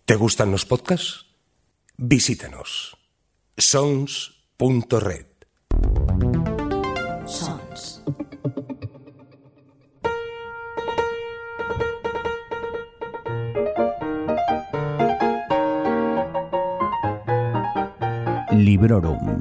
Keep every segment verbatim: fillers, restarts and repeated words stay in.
¿Te gustan los podcasts? Visítanos. sons punto red. Sons. Librorum.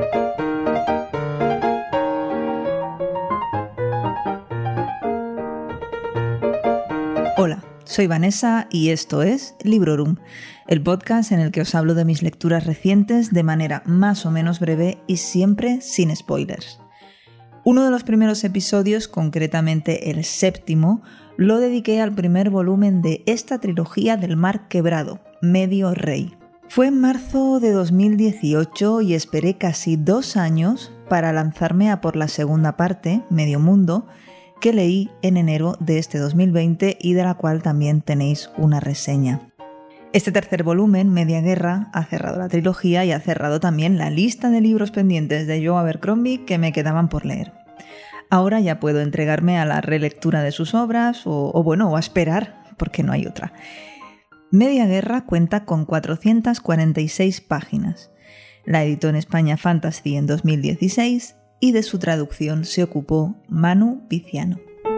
Hola, soy Vanessa y esto es Librorum, el podcast en el que os hablo de mis lecturas recientes de manera más o menos breve y siempre sin spoilers. Uno de los primeros episodios, concretamente el séptimo, lo dediqué al primer volumen de esta trilogía del Mar Quebrado, Medio Rey. Fue en marzo de dos mil dieciocho y esperé casi dos años para lanzarme a por la segunda parte, Medio Mundo, que leí en enero de este dos mil veinte y de la cual también tenéis una reseña. Este tercer volumen, Media Guerra, ha cerrado la trilogía y ha cerrado también la lista de libros pendientes de Joe Abercrombie que me quedaban por leer. Ahora ya puedo entregarme a la relectura de sus obras o, o bueno, o a esperar, porque no hay otra. Media Guerra cuenta con cuatrocientas cuarenta y seis páginas. La editó en España Fantasy en dos mil dieciséis y de su traducción se ocupó Manu Viciano.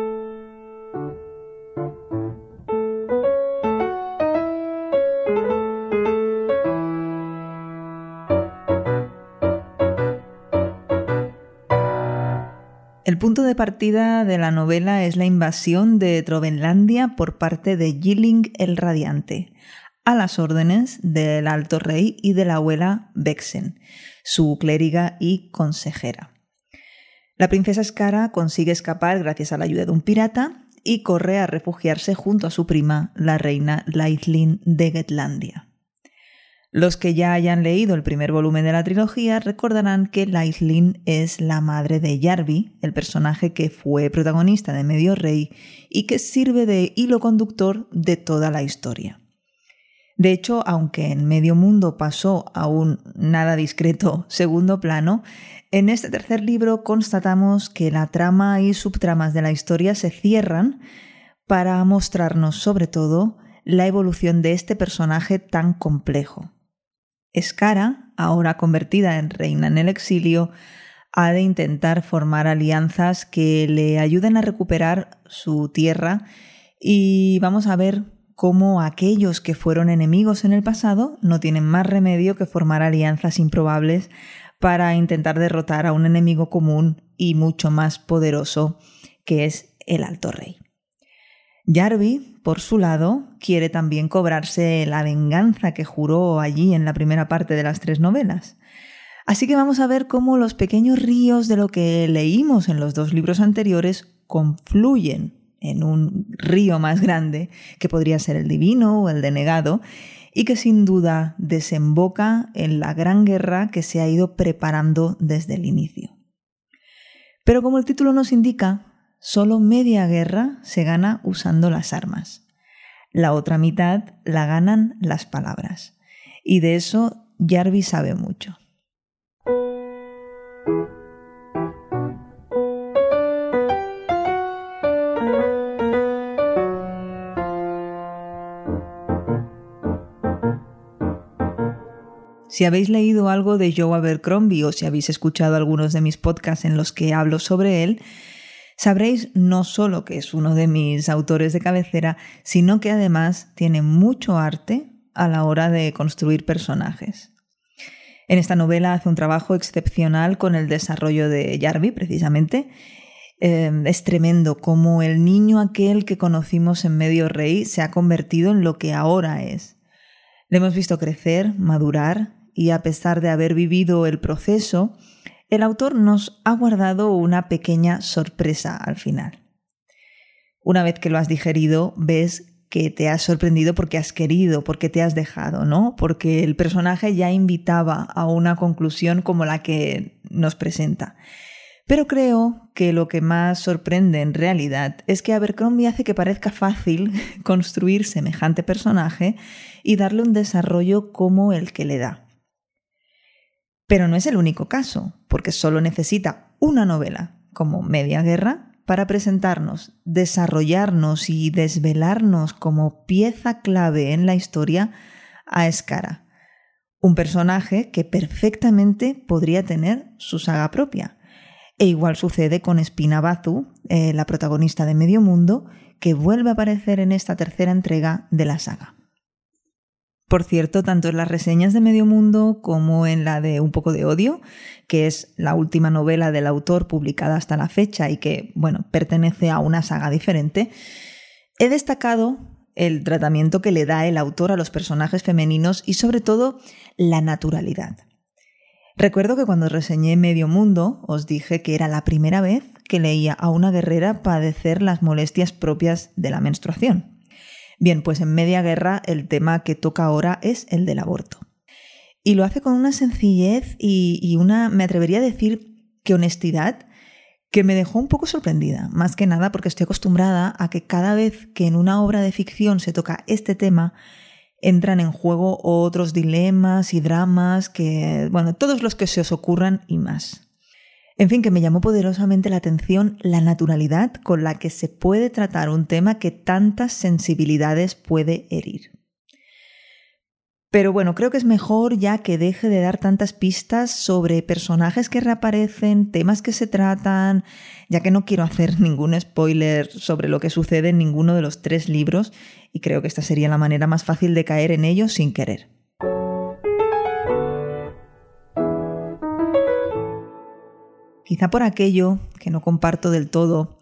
El punto de partida de la novela es la invasión de Trovenlandia por parte de Yilling el Radiante, a las órdenes del Alto Rey y de la abuela Vexen, su clériga y consejera. La princesa Skara consigue escapar gracias a la ayuda de un pirata y corre a refugiarse junto a su prima, la reina Laithlin de Getlandia. Los que ya hayan leído el primer volumen de la trilogía recordarán que Laithlin es la madre de Jarvi, el personaje que fue protagonista de Medio Rey y que sirve de hilo conductor de toda la historia. De hecho, aunque en Medio Mundo pasó a un nada discreto segundo plano, en este tercer libro constatamos que la trama y subtramas de la historia se cierran para mostrarnos sobre todo la evolución de este personaje tan complejo. Skara, ahora convertida en reina en el exilio, ha de intentar formar alianzas que le ayuden a recuperar su tierra y vamos a ver cómo aquellos que fueron enemigos en el pasado no tienen más remedio que formar alianzas improbables para intentar derrotar a un enemigo común y mucho más poderoso que es el Alto Rey. Jarvi, por su lado, quiere también cobrarse la venganza que juró allí en la primera parte de las tres novelas. Así que vamos a ver cómo los pequeños ríos de lo que leímos en los dos libros anteriores confluyen en un río más grande, que podría ser el divino o el denegado, y que sin duda desemboca en la gran guerra que se ha ido preparando desde el inicio. Pero como el título nos indica, solo media guerra se gana usando las armas. La otra mitad la ganan las palabras. Y de eso Jarvi sabe mucho. Si habéis leído algo de Joe Abercrombie o si habéis escuchado algunos de mis podcasts en los que hablo sobre él, sabréis no solo que es uno de mis autores de cabecera, sino que además tiene mucho arte a la hora de construir personajes. En esta novela hace un trabajo excepcional con el desarrollo de Jarvi, precisamente. Eh, es tremendo cómo el niño aquel que conocimos en Medio Rey se ha convertido en lo que ahora es. Le hemos visto crecer, madurar, y a pesar de haber vivido el proceso, el autor nos ha guardado una pequeña sorpresa al final. Una vez que lo has digerido, ves que te has sorprendido porque has querido, porque te has dejado, ¿no? Porque el personaje ya invitaba a una conclusión como la que nos presenta. Pero creo que lo que más sorprende en realidad es que Abercrombie hace que parezca fácil construir semejante personaje y darle un desarrollo como el que le da. Pero no es el único caso, porque solo necesita una novela, como Media Guerra, para presentarnos, desarrollarnos y desvelarnos como pieza clave en la historia a Skara, un personaje que perfectamente podría tener su saga propia. E igual sucede con Spina Bazu, eh, la protagonista de Medio Mundo, que vuelve a aparecer en esta tercera entrega de la saga. Por cierto, tanto en las reseñas de Medio Mundo como en la de Un poco de odio, que es la última novela del autor publicada hasta la fecha y que, bueno, pertenece a una saga diferente, he destacado el tratamiento que le da el autor a los personajes femeninos y sobre todo la naturalidad. Recuerdo que cuando reseñé Medio Mundo os dije que era la primera vez que leía a una guerrera padecer las molestias propias de la menstruación. Bien, pues en Media Guerra el tema que toca ahora es el del aborto. Y lo hace con una sencillez y, y una, me atrevería a decir que honestidad, que me dejó un poco sorprendida, más que nada porque estoy acostumbrada a que cada vez que en una obra de ficción se toca este tema, entran en juego otros dilemas y dramas que, bueno, todos los que se os ocurran y más. En fin, que me llamó poderosamente la atención la naturalidad con la que se puede tratar un tema que tantas sensibilidades puede herir. Pero bueno, creo que es mejor ya que deje de dar tantas pistas sobre personajes que reaparecen, temas que se tratan, ya que no quiero hacer ningún spoiler sobre lo que sucede en ninguno de los tres libros y creo que esta sería la manera más fácil de caer en ellos sin querer. Quizá por aquello que no comparto del todo,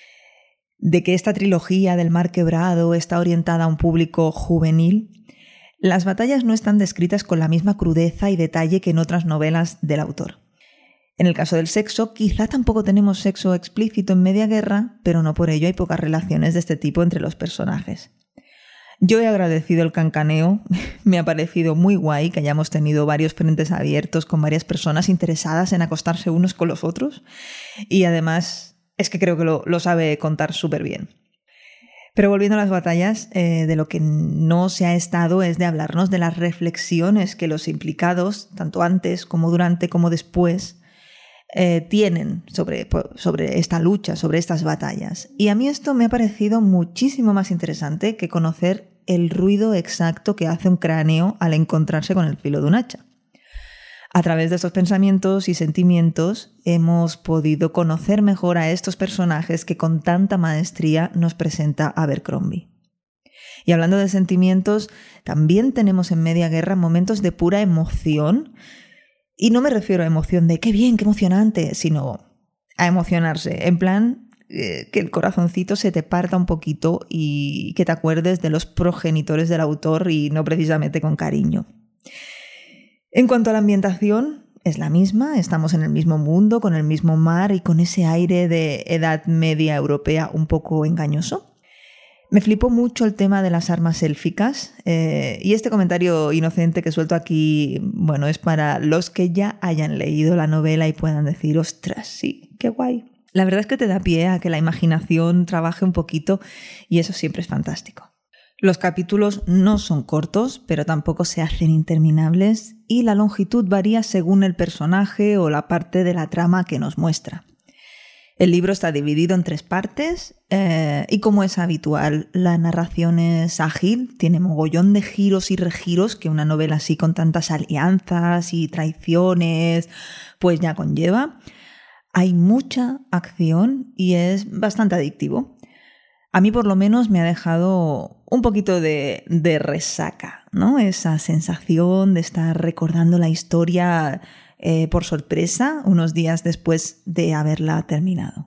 de que esta trilogía del Mar Quebrado está orientada a un público juvenil, las batallas no están descritas con la misma crudeza y detalle que en otras novelas del autor. En el caso del sexo, quizá tampoco tenemos sexo explícito en Media Guerra, pero no por ello hay pocas relaciones de este tipo entre los personajes. Yo he agradecido el cancaneo, me ha parecido muy guay que hayamos tenido varios frentes abiertos con varias personas interesadas en acostarse unos con los otros y además es que creo que lo, lo sabe contar súper bien. Pero volviendo a las batallas, eh, de lo que no se ha estado es de hablarnos de las reflexiones que los implicados, tanto antes como durante como después, eh, tienen sobre, sobre esta lucha, sobre estas batallas. Y a mí esto me ha parecido muchísimo más interesante que conocer el ruido exacto que hace un cráneo al encontrarse con el filo de un hacha. A través de estos pensamientos y sentimientos hemos podido conocer mejor a estos personajes que con tanta maestría nos presenta Abercrombie. Y hablando de sentimientos, también tenemos en Media Guerra momentos de pura emoción, y no me refiero a emoción de qué bien, qué emocionante, sino a emocionarse, en plan eh, que el corazoncito se te parta un poquito y que te acuerdes de los progenitores del autor y no precisamente con cariño. En cuanto a la ambientación, es la misma, estamos en el mismo mundo, con el mismo mar y con ese aire de Edad Media europea un poco engañoso. Me flipó mucho el tema de las armas élficas eh, y este comentario inocente que suelto aquí, bueno, es para los que ya hayan leído la novela y puedan decir, ostras, sí, qué guay. La verdad es que te da pie a que la imaginación trabaje un poquito y eso siempre es fantástico. Los capítulos no son cortos, pero tampoco se hacen interminables y la longitud varía según el personaje o la parte de la trama que nos muestra. El libro está dividido en tres partes eh, y como es habitual, la narración es ágil, tiene mogollón de giros y regiros que una novela así con tantas alianzas y traiciones pues ya conlleva. Hay mucha acción y es bastante adictivo. A mí por lo menos me ha dejado un poquito de, de resaca, ¿no? Esa sensación de estar recordando la historia eh, por sorpresa unos días después de haberla terminado.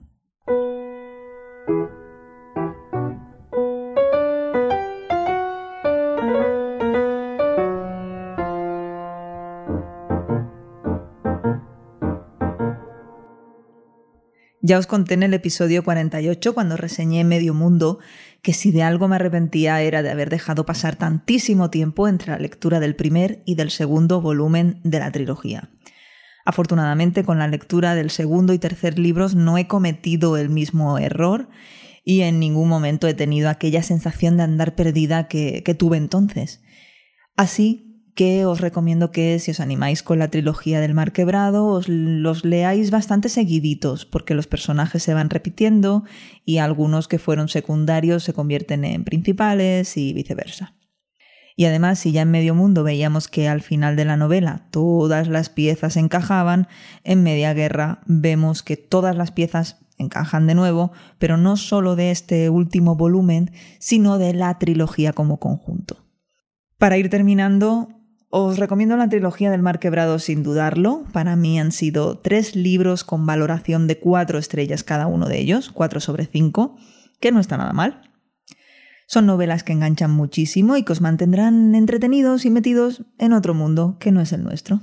Ya os conté en el episodio cuarenta y ocho, cuando reseñé Medio Mundo, que si de algo me arrepentía era de haber dejado pasar tantísimo tiempo entre la lectura del primer y del segundo volumen de la trilogía. Afortunadamente, con la lectura del segundo y tercer libros no he cometido el mismo error y en ningún momento he tenido aquella sensación de andar perdida que, que tuve entonces. Así que os recomiendo que si os animáis con la trilogía del Mar Quebrado os los leáis bastante seguiditos porque los personajes se van repitiendo y algunos que fueron secundarios se convierten en principales y viceversa. Y además, si ya en Medio Mundo veíamos que al final de la novela todas las piezas encajaban, en Media Guerra vemos que todas las piezas encajan de nuevo, pero no solo de este último volumen, sino de la trilogía como conjunto. Para ir terminando, os recomiendo la trilogía del Mar Quebrado sin dudarlo. Para mí han sido tres libros con valoración de cuatro estrellas cada uno de ellos, cuatro sobre cinco, que no está nada mal. Son novelas que enganchan muchísimo y que os mantendrán entretenidos y metidos en otro mundo que no es el nuestro.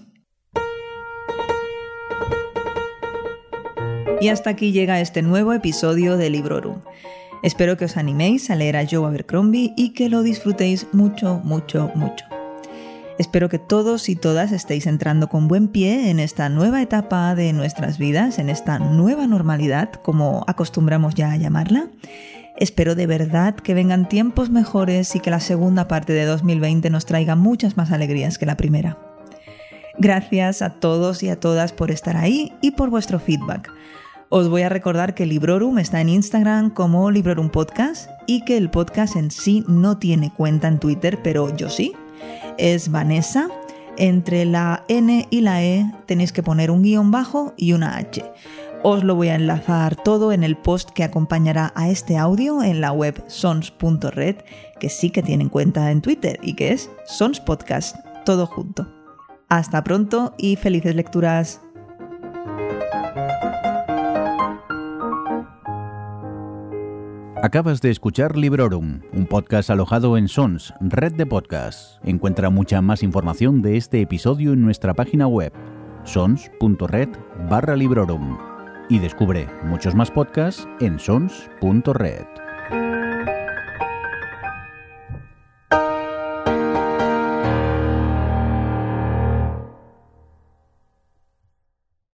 Y hasta aquí llega este nuevo episodio de Librorum. Espero que os animéis a leer a Joe Abercrombie y que lo disfrutéis mucho, mucho, mucho. Espero que todos y todas estéis entrando con buen pie en esta nueva etapa de nuestras vidas, en esta nueva normalidad, como acostumbramos ya a llamarla. Espero de verdad que vengan tiempos mejores y que la segunda parte de dos mil veinte nos traiga muchas más alegrías que la primera. Gracias a todos y a todas por estar ahí y por vuestro feedback. Os voy a recordar que Librorum está en Instagram como Librorum Podcast y que el podcast en sí no tiene cuenta en Twitter, pero yo sí. Es Vanessa. Entre la N y la E tenéis que poner un guión bajo y una H. Os lo voy a enlazar todo en el post que acompañará a este audio en la web sons punto red, que sí que tienen cuenta en Twitter y que es Sons Podcast, todo junto. Hasta pronto y felices lecturas. Acabas de escuchar Librorum, un podcast alojado en Sons, red de podcasts. Encuentra mucha más información de este episodio en nuestra página web, sons punto red barra Librorum. Y descubre muchos más podcasts en sons punto red.